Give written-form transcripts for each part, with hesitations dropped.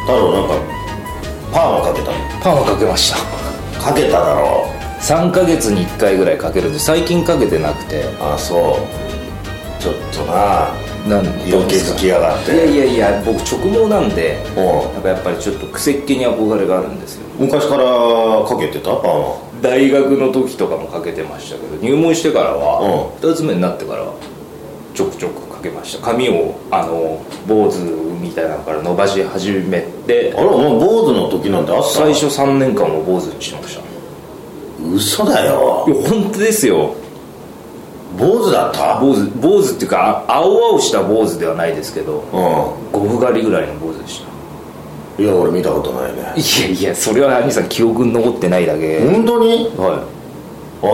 太郎なんかパーマかけたの？ パーマかけました。 かけただろう。 3ヶ月に1回ぐらいかけるんで、最近かけてなくて。 あ、そうちょっとなん色気づきやがって。 いや僕直毛なんで、 うん、 なんかやっぱりちょっと癖っ気に憧れがあるんですよ。 昔からかけてたパーマ？ 大学の時とかもかけてましたけど、入門してからは、2つ目になってからはちょくちょくかけました。髪を坊主みたいなのから伸ばし始めて。 あれ、もう坊主の時なんてあった？ 最初3年間も坊主にしてました。 嘘だよ。 いや本当ですよ。 坊主だった？ 坊主っていうか青々した坊主ではないですけど、五分刈りぐらいの坊主でした。 いや俺見たことないね。 いやそれは兄さん記憶に残ってないだけ。 本当に？ はい。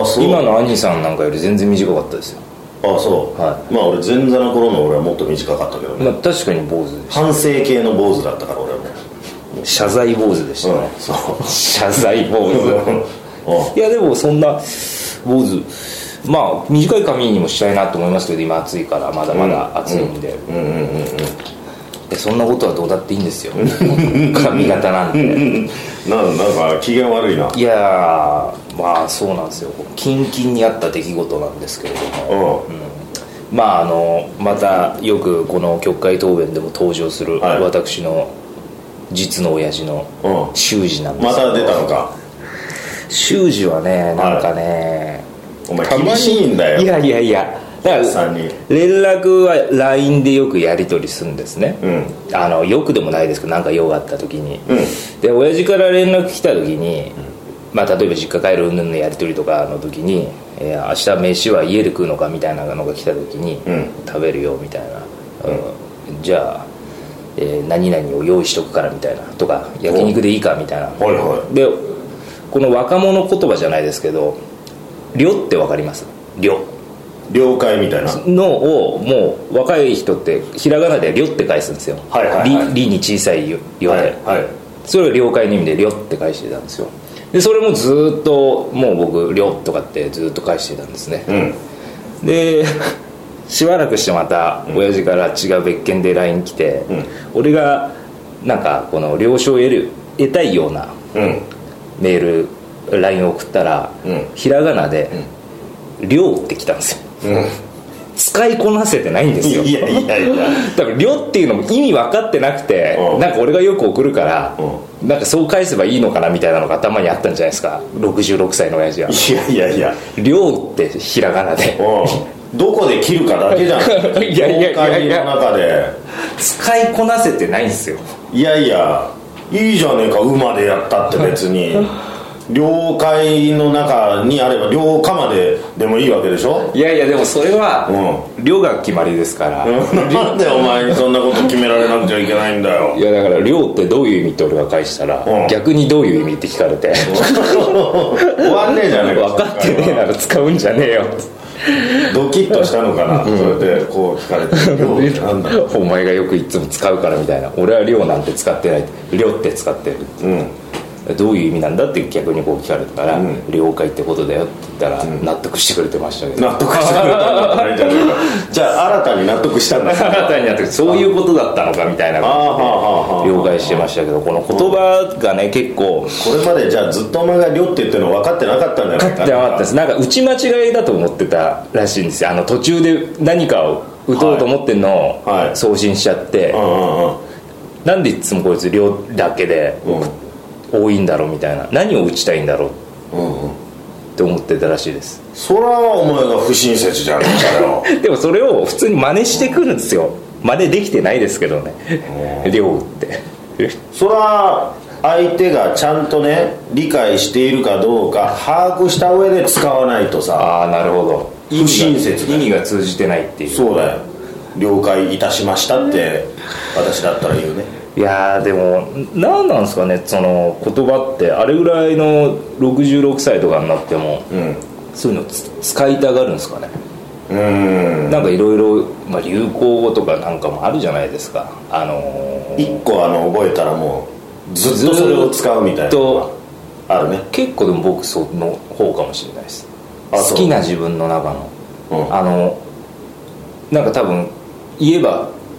あ、そう。 今の兄さんなんかより全然短かったですよ。 あ、そう、 はい。 まあ俺前座の頃の俺はもっと短かったけどね。 まあ確かに坊主でした。 反省系の坊主だったから俺はもう謝罪坊主でしたね、 そう謝罪坊主いやでもそんな坊主、まあ短い髪にもしたいなと思いますけど、今暑いからまだまだ暑いんで、そんなことはどうだっていいんですよ髪型なんてなんか機嫌悪いな。 いやまあそうなんですよ。キンキンにあった出来事なんですけれども、まあまたよくこの曲会答弁でも登場する、私の実の親父の修二なんですけど、 また出たのか。 修二はね、なんかね、 お前厳しいんだよ。 いやだから連絡は LINE でよくやり取りするんですね、よくでもないですけど、なんか用があった時に、で親父から連絡来た時に、まあ、例えば実家帰る云々のやり取りとかの時に、明日飯は家で食うのかみたいなのが来た時に、食べるよみたいな、じゃあ何々を用意しとくからみたいなとか、焼肉でいいかみたいな、でこの若者言葉じゃないですけど、了って分かります？ 了解みたいなのを、もう若い人ってひらがなで了って返すんですよ。りに小さいよで、それを了解の意味で了って返してたんですよ。でそれもずっともう僕了とかってずっと返してたんですね、でしばらくしてまた親父から違う別件で LINE 来て、俺がなんかこの了承を得たいようなメール LINE を送ったら、ひらがなで了って来たんですよ、使いこなせてないんですよ。 いや多分了っていうのも意味分かってなくて、なんか俺がよく送るから、なんかそう返せばいいのかなみたいなのが頭にあったんじゃないですか、66歳の親父は。 いや了ってひらがなでどこで切るかだけじゃんいやの中で使いこなせてないんですよ。 いやいいじゃねえか、馬でやったって別に了解の中にあれば了解までもいいわけでしょ。 いやでもそれは了が決まりですから、 なんでお前にそんなこと決められなくちゃいけないんだよ。 いやだから了ってどういう意味って俺が返したら、逆にどういう意味って聞かれて終わんねえじゃねえか、 分かってねえなら使うんじゃねえよドキッとしたのかな、それでこう聞かれてなんだお前がよくいつも使うからみたいな。俺は了なんて使ってない、了って使ってる、どういう意味なんだって逆にこう聞かれたから「了解ってことだよ」って言ったら納得してくれてましたけど、 納得してくれたんだじゃねえか。じゃあ新たに納得したんだ新たに納得、そういうことだったのかみたいな感じで了解してましたけど、この言葉がね結構これまでじゃあずっとお前が「了」って言ってるの分かってなかったんじゃないか。 分かってなかったです。なんか打ち間違いだと思ってたらしいんですよ。途中で何かを打とうと思ってんのを送信しちゃって、なんでいつもこいつ「了」だけで多いんだろうみたいな、何を打ちたいんだろうって思ってたらしいです。 それはお前が不親切じゃねえかよでもそれを普通に真似してくるんですよ。真似できてないですけどね量ってそれは相手がちゃんとね理解しているかどうか把握した上で使わないとさ。 ああなるほど、 不親切意味が通じてないっていう。 そうだよ、了解いたしましたって私だったら言うね。 いやでも何なんですかね、その言葉ってあれぐらいの66歳とかになっても、そういうの使いたがるんですかね。なんかいろいろ流行語とかなんかもあるじゃないですか。 一個覚えたらもうずっとそれを使うみたいなのがあるね。 結構でも僕その方かもしれないです。好きな自分の中の、なんか多分言えば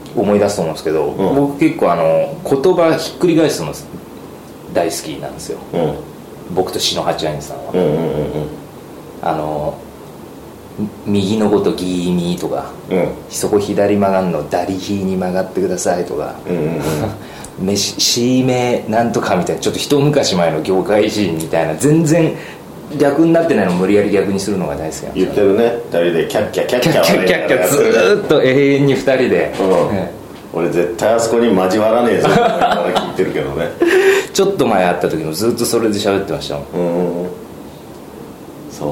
思い出すと思うんですけど、僕結構言葉ひっくり返すの大好きなんですよ、僕と篠八兄さんは、右のごとギーミーとか、そこ左曲がんのダリヒーに曲がってくださいとか、シーメなんとかみたいな、ちょっと一昔前の業界人みたいな、全然逆になってないのを無理やり逆にするのが大好きなんですよ。 言ってるね、2人でキャッキャキャッキャキャッキャキャッキャずーっと永遠に2人で、 俺絶対あそこに交わらねえぞって聞いてるけどねちょっと前会った時もずっとそれで喋ってましたもん。 そう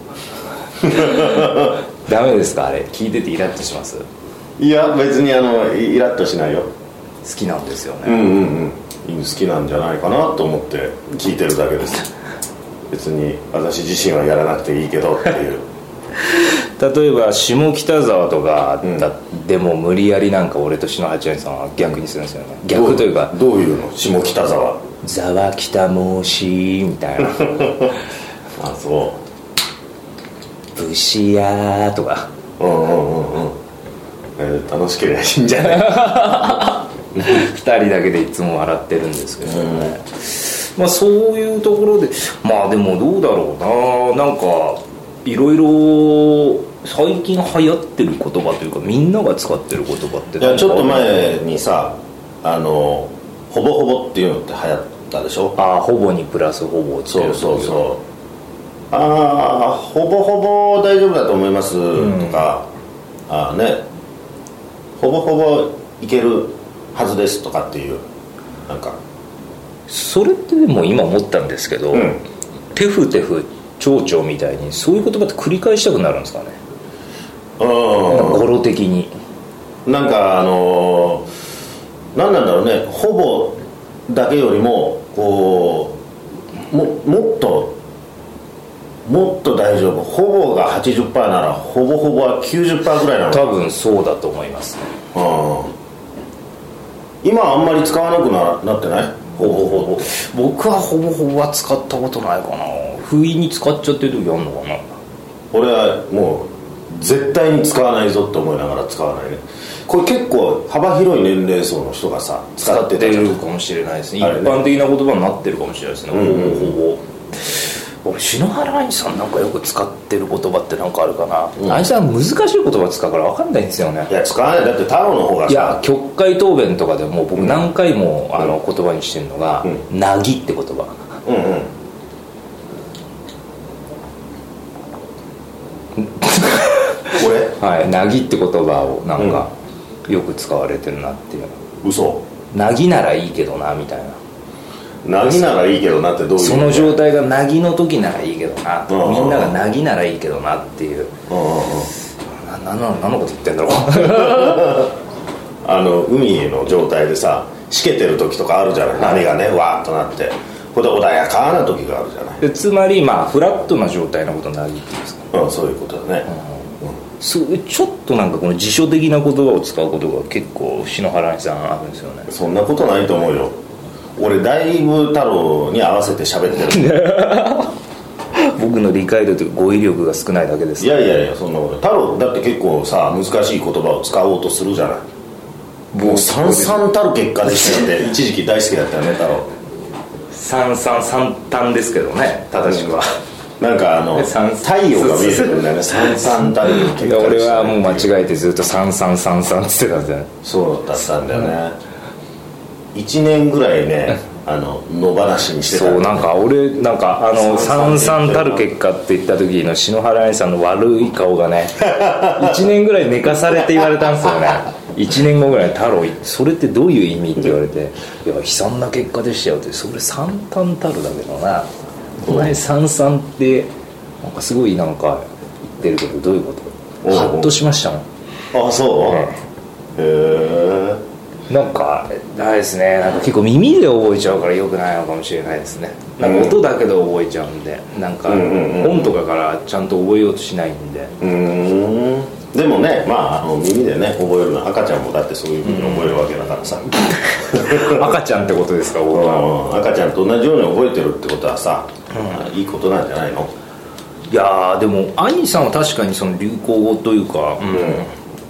ダメですか、あれ聞いててイラッとします？ いや別にイラッとしないよ。 好きなんですよね。 好きなんじゃないかなと思って聞いてるだけです別に私自身はやらなくていいけどっていう例えば下北沢とかでも無理やりなんか俺と篠八兄さんは逆にするんですよね。逆というか、 どういうの？下北沢ざわ北申しみたいなあ、そう、 ブシヤーとか、 楽しければいいんじゃない 2人だけでいつも笑ってるんですけどね、まあそういうところで、まあでもどうだろうな、なんかいろいろ最近流行ってる言葉というか、みんなが使ってる言葉って、 いやちょっと前にさ、ほぼほぼっていうのって流行ったでしょ。 ほぼにプラスほぼっていう。 そうほぼほぼ大丈夫だと思いますとか、ね、ほぼほぼいけるはずですとかっていう、なんかそれってでも今思ったんですけど、テフテフ蝶々みたいにそういう言葉って繰り返したくなるんですかね。語呂的になんか何なんだろうね、ほぼだけよりもこうもっと大丈夫、ほぼが 80% ならほぼほぼは 90% ぐらいなの。 多分そうだと思いますね。 今あんまり使わなくなってない？ほぼほぼ。 僕はほぼほぼは使ったことないかな。不意に使っちゃってる時あるのかな。 俺はもう絶対に使わないぞって思いながら使わないね。これ結構幅広い年齢層の人がさ使ってるかもしれないですね。一般的な言葉になってるかもしれないですね。ほぼほぼ。俺篠原兄さんなんかよく使ってる言葉ってなんかあるかな。兄さん難しい言葉使うから分かんないんですよね。 いや使わない。だって太郎の方がさ、 いや曲解答弁とかでも僕何回も言葉にしてるのが「なぎ」って言葉。はい、なぎって言葉をなんかよく使われてるなっていう。 嘘。 なぎならいいけどなみたいな。 なぎならいいけどなってどういう、 その状態がなぎの時ならいいけどな、みんながなぎならいいけどなっていう。何のこと言ってんだろう海の状態でさしけてる時とかあるじゃない、波がねわーっとなってこれで穏やかな時があるじゃない。 でつまりまあフラットな状態のことをなぎって言うんですか。 そういうことだね。 そうちょっとなんかこの辞書的な言葉を使うことが結構篠原兄さんあるんですよね。 そんなことないと思うよ。俺だいぶ太郎に合わせて喋ってる僕の理解度というか語彙力が少ないだけです。 いやその太郎だって結構さ難しい言葉を使おうとするじゃない。もうさんさんたる結果でしたよって一時期大好きだったよね太郎。 三々ですけどね正しくは。 なんか太陽が見えてくるんだよね。三々たる結果。 俺はもう間違えてずっと三々って言ってたんですよね。 そうだったんだよね。1年ぐらいね野放しにしてた、ね、 そうなんか俺なんか三々たる結果って言った時の篠原兄さんの悪い顔がね1年ぐらい寝かされて言われたんですよね。1年後ぐらい太郎それってどういう意味って言われていや悲惨な結果でしたよって。それ三々たるだけどな、お前三々ってなんかすごいなんか言ってるけどどういうこと。ハッとしましたもん。 あそう、へえ。 なんかあれですね、なんか結構耳で覚えちゃうからよくないのかもしれないですね。なんか音だけで覚えちゃうんで、なんか本とかからちゃんと覚えようとしないんで。 でもね、まあ耳でね覚えるの赤ちゃんもだってそういうふうに覚えるわけだからさ赤ちゃんってことですか。僕は赤ちゃんと同じように覚えてるってことはさ、いいことなんじゃないの。 いやでも兄さんは確かにその流行語というか、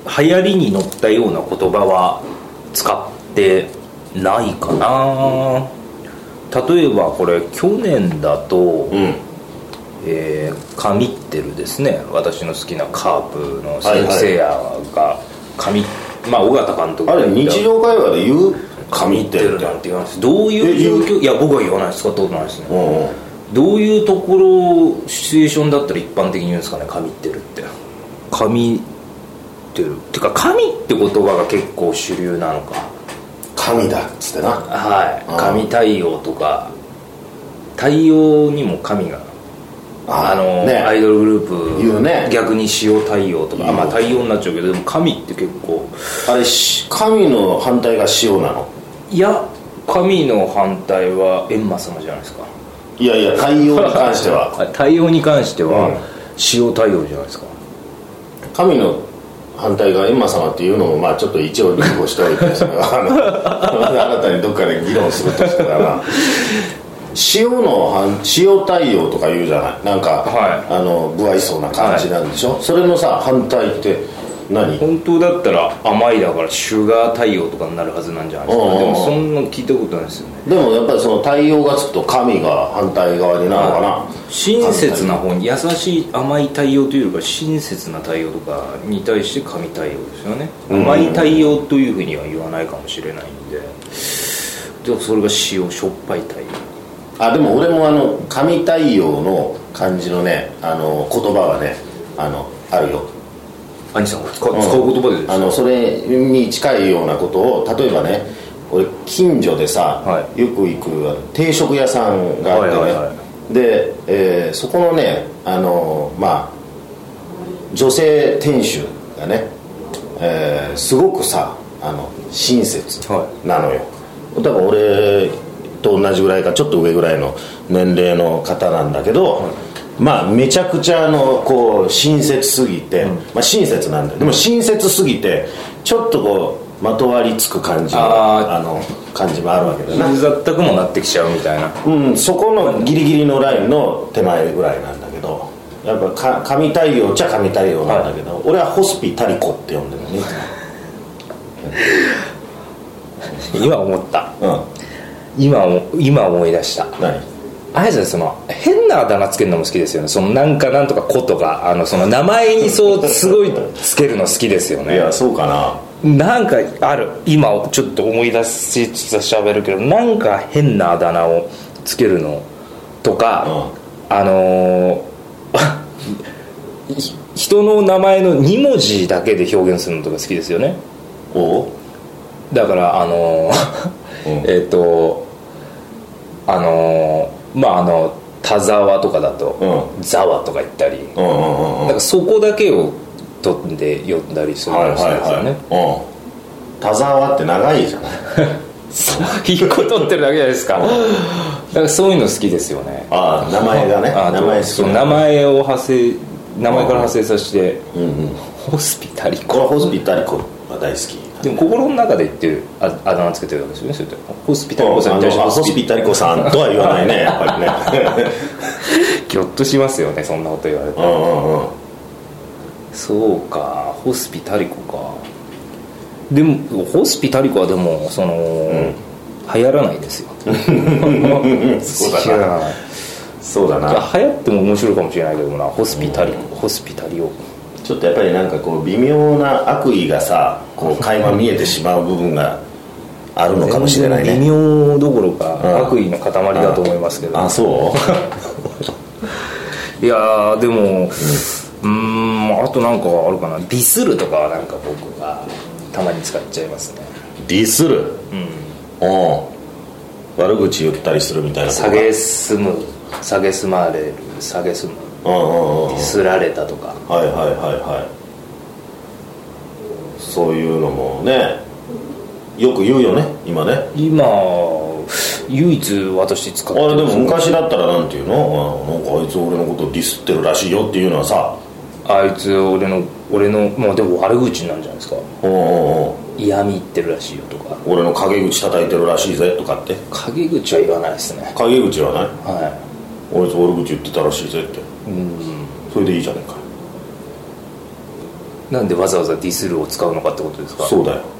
流行りに乗ったような言葉は使ってないかな。例えばこれ去年だと、カミッテルですね。私の好きなカープの鈴木誠也が尾形監督があれ日常会話で言うカミッテルなんて言わないです。どういう状況、いや僕は言わないです。使ったことないですね。どういうところシチュエーションだったら一般的に言うんですかね、カミッテルって。カミッテルってか神って言葉が結構主流なのか。 神だっつってな。 はい、神対応とか対応にも神がアイドルグループ言うね。 逆に塩対応とか、対応になっちゃうけど、でも神って結構あれ神の反対が塩なの？ いや神の反対は閻魔様じゃないですか。 いやいや対応に関しては対応に関しては塩対応じゃないですか。 神の反対が閻魔様っていうのもちょっと一応理解しておいてそれは新たにどっかで議論するとしたら塩対応とか言うじゃない。なんか、不愛想な感じなんでしょ、それのさ反対って何？ 本当だったら甘いだからシュガー対応とかになるはずなんじゃないですか。でもそんな聞いたことないですよね。 でもやっぱりその対応がつくと神が反対側になるのかな。 親切な方に優しい甘い対応というよりか親切な対応とかに対して神対応ですよね。甘い対応というふうには言わないかもしれないんで、でもそれがしょっぱい対応。 でも俺も神対応の感じのね言葉はねあるよ。 兄さんが使う言葉でですか？ それに近いようなことを例えばね、俺近所でさ、よく行く定食屋さんがあってね、で、そこのね女性店主がね、すごくさ親切なのよ。多分俺と同じぐらいかちょっと上ぐらいの年齢の方なんだけど、めちゃくちゃこう親切すぎて、親切なんだよ。でも親切すぎてちょっとこうまとわりつく感じの感じもあるわけだな。 うざったくもなってきちゃうみたいな。 そこのギリギリのラインの手前ぐらいなんだけど、やっぱ神対応っちゃ神対応なんだけど、俺はホスピタリコって呼んでるね。 今思った、今思い出した。 何？ あれですね、変なあだ名つけるのも好きですよね。なんとか子とかその名前にすごいつけるの好きですよね。 いやそうかな。 なんかある。今ちょっと思い出しつつ喋るけど、なんか変なあだ名をつけるのとか、人の名前の2文字だけで表現するのとか好きですよね。だから田沢とかだとざわとか言ったり、なんかそこだけを取って呼んだりするんですよね。 田沢って長いじゃない。 一個取ってるだけじゃないですか。だからそういうの好きですよね。 名前がね。名前好き。 名前から派生させて、ホスピタリコ。 ホスピタリコは大好き。 でも心の中で言ってるあだ名つけてるわけですよね。それとホスピタリコさんに対してホスピタリコさんとは言わないね、やっぱりね。 ギョッとしますよね、そんなこと言われたら。そうか、ホスピタリコか。でもホスピタリコはでも流行らないですよ。 そうだな。 流行っても面白いかもしれないけどな、ホスピタリオ。 ちょっとやっぱりなんかこう微妙な悪意がさこう垣間見えてしまう部分があるのかもしれないね。 微妙どころか悪意の塊だと思いますけど。 そういやでもあとなんかあるかな。ディスるとかはなんか僕がたまに使っちゃいますね。 ディスる、悪口言ったりするみたいな。 下げすまれる、ディスられたとか。 そういうのもねよく言うよね今ね。 今唯一私使ってる。 でも昔だったらなんていうの、なんかあいつ俺のことディスってるらしいよっていうのはさ、 あいつ俺のでも悪口なんじゃないですか。嫌味言ってるらしいよとか、 俺の陰口叩いてるらしいぜとかって。 陰口は言わないですね。 陰口はない。あいつ悪口言ってたらしいぜって。それでいいじゃねえか。 なんでわざわざディスるを使うのかってことですか。 そうだよ。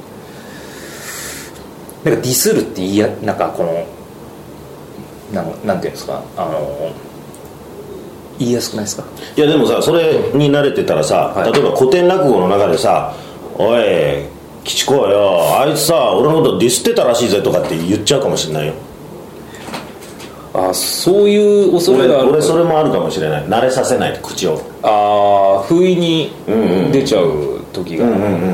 なんかディスるってなんかこのなんていうんですか、言いやすくないですか。 いやでもさ、それに慣れてたらさ、はい、例えば古典落語の中でさ「おい吉子よ、あいつさ俺のことディスってたらしいぜ」とかって言っちゃうかもしれないよ。 あ、そういう恐れがある。 俺それもあるかもしれない。慣れさせないと口を。 ああ、不意に出ちゃう時が。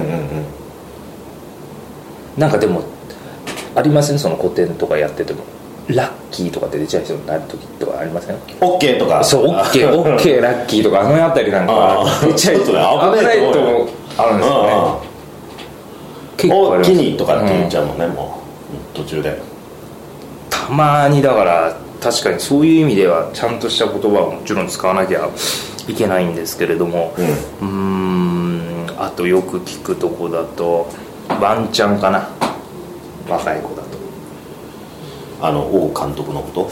なんかでもありません、その古典とかやっててもラッキーとかって出ちゃう人になる時とかありません。 オッケーとか。 そう、オッケーラッキーとかあの辺りなんか出ちゃうと危ないとあるんですよね。 結構おっきにとかって言っちゃうもんね、もう途中で。 たまにだから確かにそういう意味ではちゃんとした言葉はもちろん使わなきゃいけないんですけれども、あとよく聞くとこだとワンチャンかな、若い子だと。 王監督のこと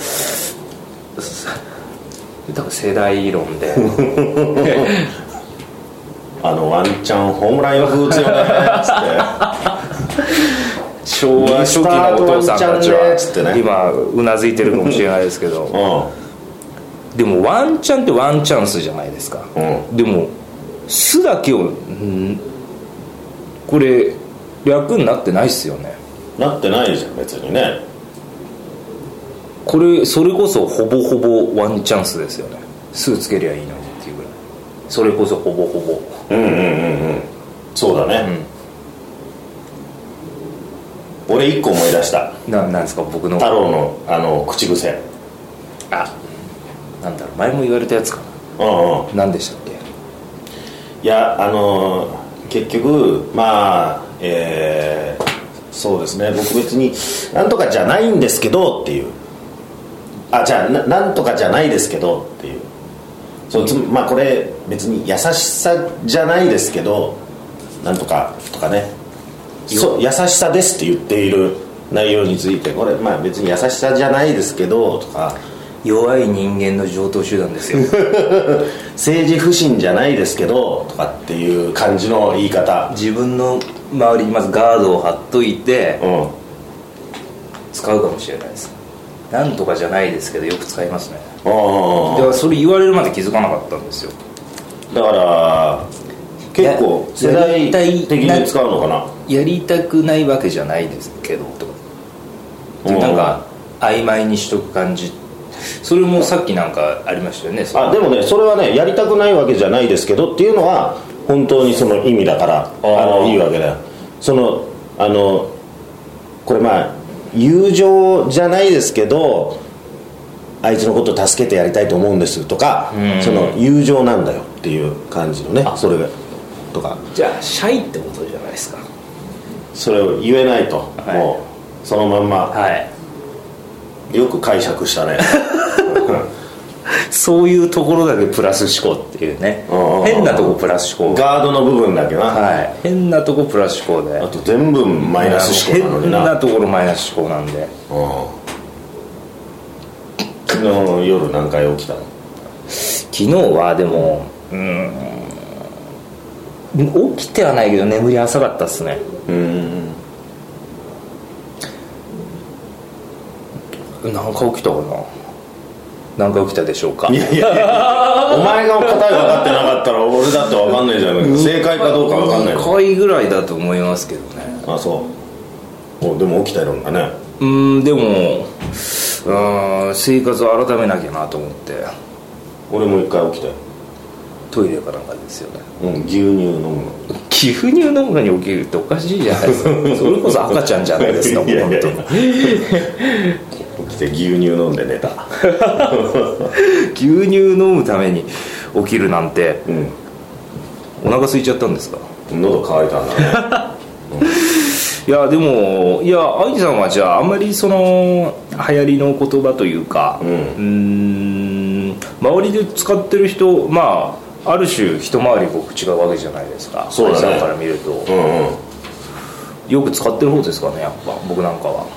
多分世代論でワンチャンホームランよく打つよねっつって昭和初期のお父さんたちは今うなずいてるかもしれないですけど、でもワンチャンってワンチャンスじゃないですか、でもスだけをこれ略になってないっすよね。 なってないじゃん別にね。 これそれこそほぼほぼワンチャンスですよね。スつけりゃいいのにっていうぐらい。それこそほぼほぼ。 そうだね、俺一個思い出した。 なんですか。僕の太郎の口癖。 なんだろう、前も言われたやつかな。何でしたっけ。 いや結局そうですね、僕別になんとかじゃないんですけどっていう、じゃあなんとかじゃないですけどっていう、これ別に優しさじゃないですけどなんとかとかね、優しさですって言っている内容について、これ別に優しさじゃないですけどとか、 弱い人間の常套手段ですよ政治不信じゃないですけどとかっていう感じの言い方。 自分の周りにまずガードを張っといて、使うかもしれないです。なんとかじゃないですけどよく使いますね。だからそれ言われるまで気づかなかったんですよ。だから結構世代的に使うのかな。 やりたくないわけじゃないですけどとか、なんか曖昧にしとく感じ。それもさっきなんかありましたよね。 でもね、それはね、やりたくないわけじゃないですけどっていうのは本当にその意味だからいいわけだよ。これ友情じゃないですけどあいつのこと助けてやりたいと思うんですとか、その友情なんだよっていう感じのね、それがとか。 じゃあシャイってことじゃないですか。 それを言えないと、もうそのまんま、よく解釈したねそういうところだけプラス思考っていうね、変なとこプラス思考、 ガードの部分だけな、 変なとこプラス思考で、 あと全部マイナス思考なのにな。 変なところマイナス思考なんで。 昨日の夜何回起きたの？ 昨日はでも起きてはないけど眠り浅かったっすね。何回起きたかな。何回起きたでしょうか。 いやお前が答え分かってなかったら俺だって分かんないじゃないか。正解かどうか分かんない。 2回ぐらいだと思いますけどね。 そうでも起きてるんだね。 でも生活を改めなきゃなと思って。 俺も1回起きてトイレかなんかですよね。 牛乳飲むの。 牛乳飲むのに起きるっておかしいじゃないですかそれこそ赤ちゃんじゃないですか。本当に起きて牛乳飲んで寝た牛乳飲むために起きるなんて、お腹空いちゃったんですか。 喉乾いたんだねいやでも愛さんはじゃああんまりその流行りの言葉というか、周りで使ってる人ある種一回り僕違うわけじゃないですか。 そうだね。 愛さんから見ると、よく使ってる方ですかね。やっぱ僕なんかは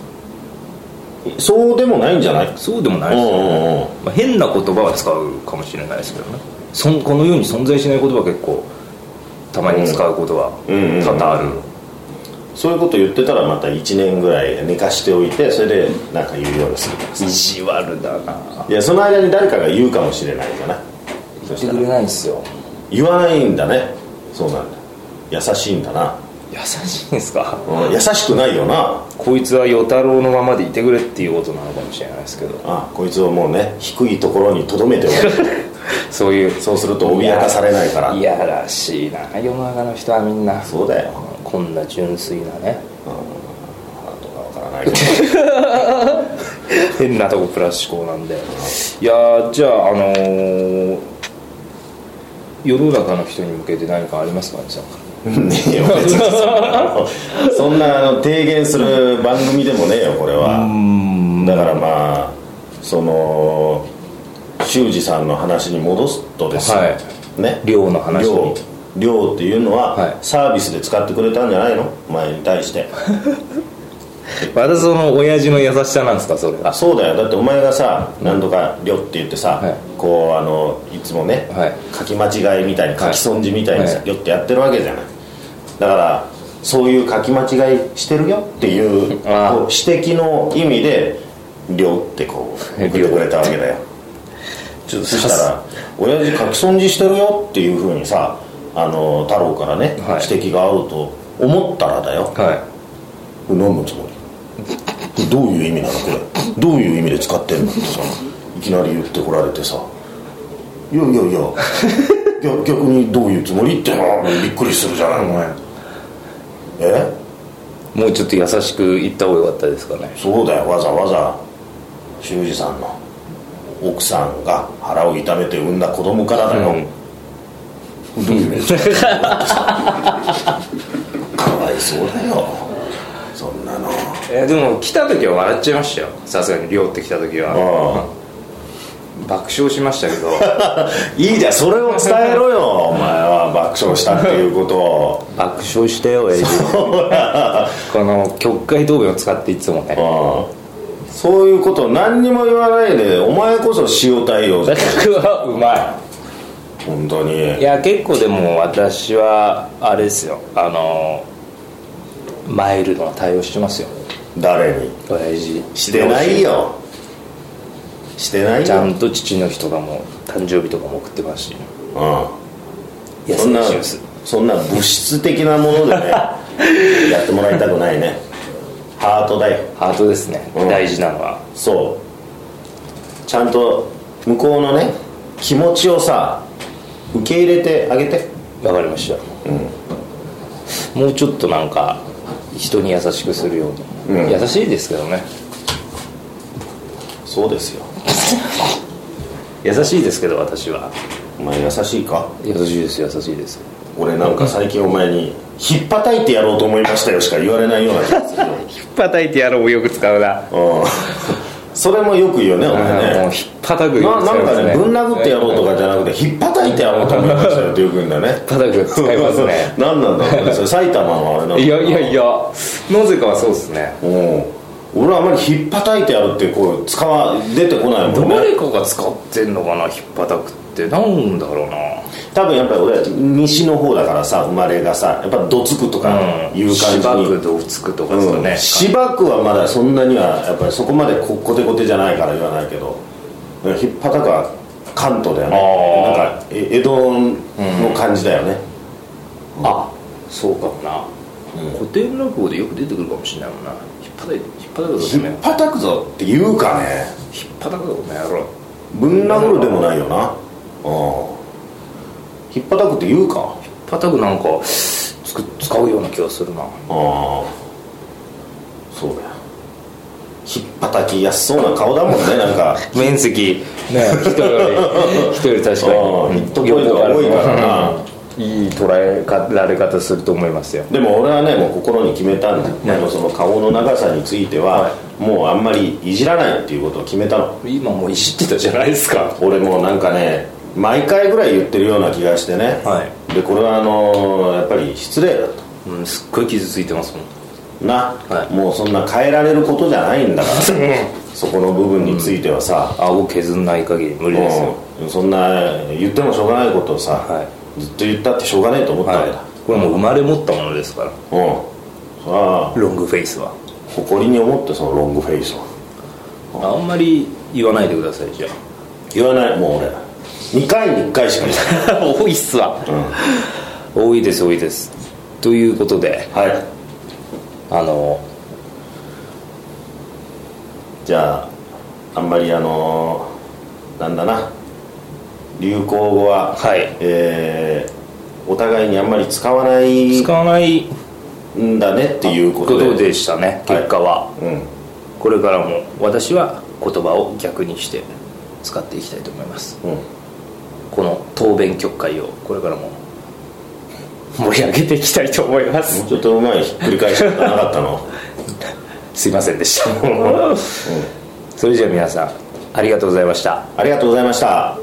そうでもないんじゃない？ そうでもないですよね。変な言葉は使うかもしれないですけどね。この世に存在しない言葉は結構たまに使うことは多々ある、 そういうこと言ってたらまた1年ぐらい寝かしておいて、それでなんか言うようにするからさ。 意地悪だな。 いや、その間に誰かが言うかもしれないじゃない。 言ってくれないんですよ。 言わないんだね。そうなんだ、優しいんだな。 優しいんですか。 優しくないよな。 こいつは与太郎のままでいてくれっていうことなのかもしれないですけど、 こいつをもうね、低いところに留めておくそうすると脅かされないから。 いやらしいな、世の中の人はみんな。 そうだよ、 こんな純粋なね、 あとかわからないけど変なとこプラス思考なんで。いやじゃあ世の中の人に向けて何かありますかね。 ねえよ別にそんな提言する番組でもねえよこれは。だからまあその修二さんの話に戻すとですね、 量の話に、 量っていうのは、サービスで使ってくれたんじゃないの、前に対してまたその親父の優しさなんですか、それは。 そうだよ。だってお前がさ、何とか量って言ってさ、こういつもね、書き間違いみたいに書き損じみたいにさ、量ってやってるわけじゃない。だからそういう書き間違いしてるよっていう、指摘の意味で量ってこう送ってくれたわけだよ。そしたら親父書き損じしてるよっていうふうにさ、太郎からね、指摘があると思ったらだよ、飲むつもり、どういう意味なのこれ、どういう意味で使ってんのってさ、いきなり言ってこられてさ、いや逆にどういうつもりってのはびっくりするじゃないお前。 もうちょっと優しく言った方がよかったですかね。 そうだよ、わざわざ修二さんの奥さんが腹を痛めて産んだ子供からだよ、どういう意味ですかかわいそうだよそんなの。 でも来た時は笑っちゃいましたよ、さすがに寮って来た時は。爆笑しましたけどいいじゃん、それを伝えろよお前は爆笑したっていうことを。 爆笑してよエイジこの曲解答弁を使っていつもね、 そういうことを何にも言わないで、お前こそ塩対応だはうまい本当に。 いや結構でも私はあれですよ、マイルドな対応してますよ。誰に？親父。 してないよ、してないよ。 ちゃんと父の日とかも誕生日とかも送ってますし、 そんな物質的なものでねやってもらいたくないね。ハートだよ。 ハートですね、大事なのは。 そうちゃんと向こうのね気持ちをさ受け入れてあげて。 わかりました、もうちょっとなんか人に優しくするように、優しいですけどね。 そうですよ優しいですけど私は。 お前優しいか？ 優しいです、優しいです。 俺なんか最近お前に引っ叩いてやろうと思いましたよしか言われないような気がするよ引っ叩いてやろうをよく使うな。 それもよく言うねお前ね。 もう引っ叩くよ、 なんかね、ぶん殴ってやろうとかじゃなくて引っ叩いてやろうと思いましたよってよく言うんだよね。 叩く使いますね何なんだろうねそれ埼玉のあれなの。 いやなぜかはそうですね。 俺はあまり引っ叩いてやるってこう出てこないもんね。 誰かが使ってんのかな、引っ叩くってなんだろうな。 多分やっぱり俺西の方だからさ、生まれがさやっぱどつくとかいう感じに、 芝生どつくとかですかね。 芝生はまだそんなにはやっぱりそこまでコテコテじゃないから言わないけど、引っ叩くは関東だよね。なんか江戸の感じだよね。 そうかもな、古典落語でよく出てくるかもしれないもんな。引っ叩くぞって言うかね。 引っ叩くぞこの野郎。 ぶん殴るでもないよな。引っ叩くって言うか。 引っ叩くなんか使うような気がするな。 そうだよ。引っ叩きやすそうな顔だもんねなんか面積ね人より確かにヒットポイントが多いからな、 いい捉えられ方すると思いますよ。 でも俺はねもう心に決めたんだ、その顔の長さについては、もうあんまりいじらないっていうことを決めたの。 今もういじってたじゃないですか。 俺もなんかね毎回ぐらい言ってるような気がしてね、でこれはやっぱり失礼だと、 すっごい傷ついてますもんな、もうそんな変えられることじゃないんだからそこの部分についてはさ、 顎削んない限り無理ですよ、 そんな言ってもしょうがないことをさ、 ずっと言ったってしょうがねえと思ったわけだ、 これもう生まれ持ったものですから、ロングフェイスは誇りに思って、そのロングフェイスはあんまり言わないでください。じゃあ言わない。もう俺2回に1回しか言わない多いっすわ、多いです多いです。ということで、 じゃああんまりなんだな、流行語は、お互いにあんまり使わないんだねっていうことでしたね。結果は、これからも私は言葉を逆にして使っていきたいと思います、この答弁曲会をこれからも盛り上げていきたいと思います。 もうちょっと前にひっくり返し方なかったのすいませんでしたそれじゃあ皆さんありがとうございました。 ありがとうございました。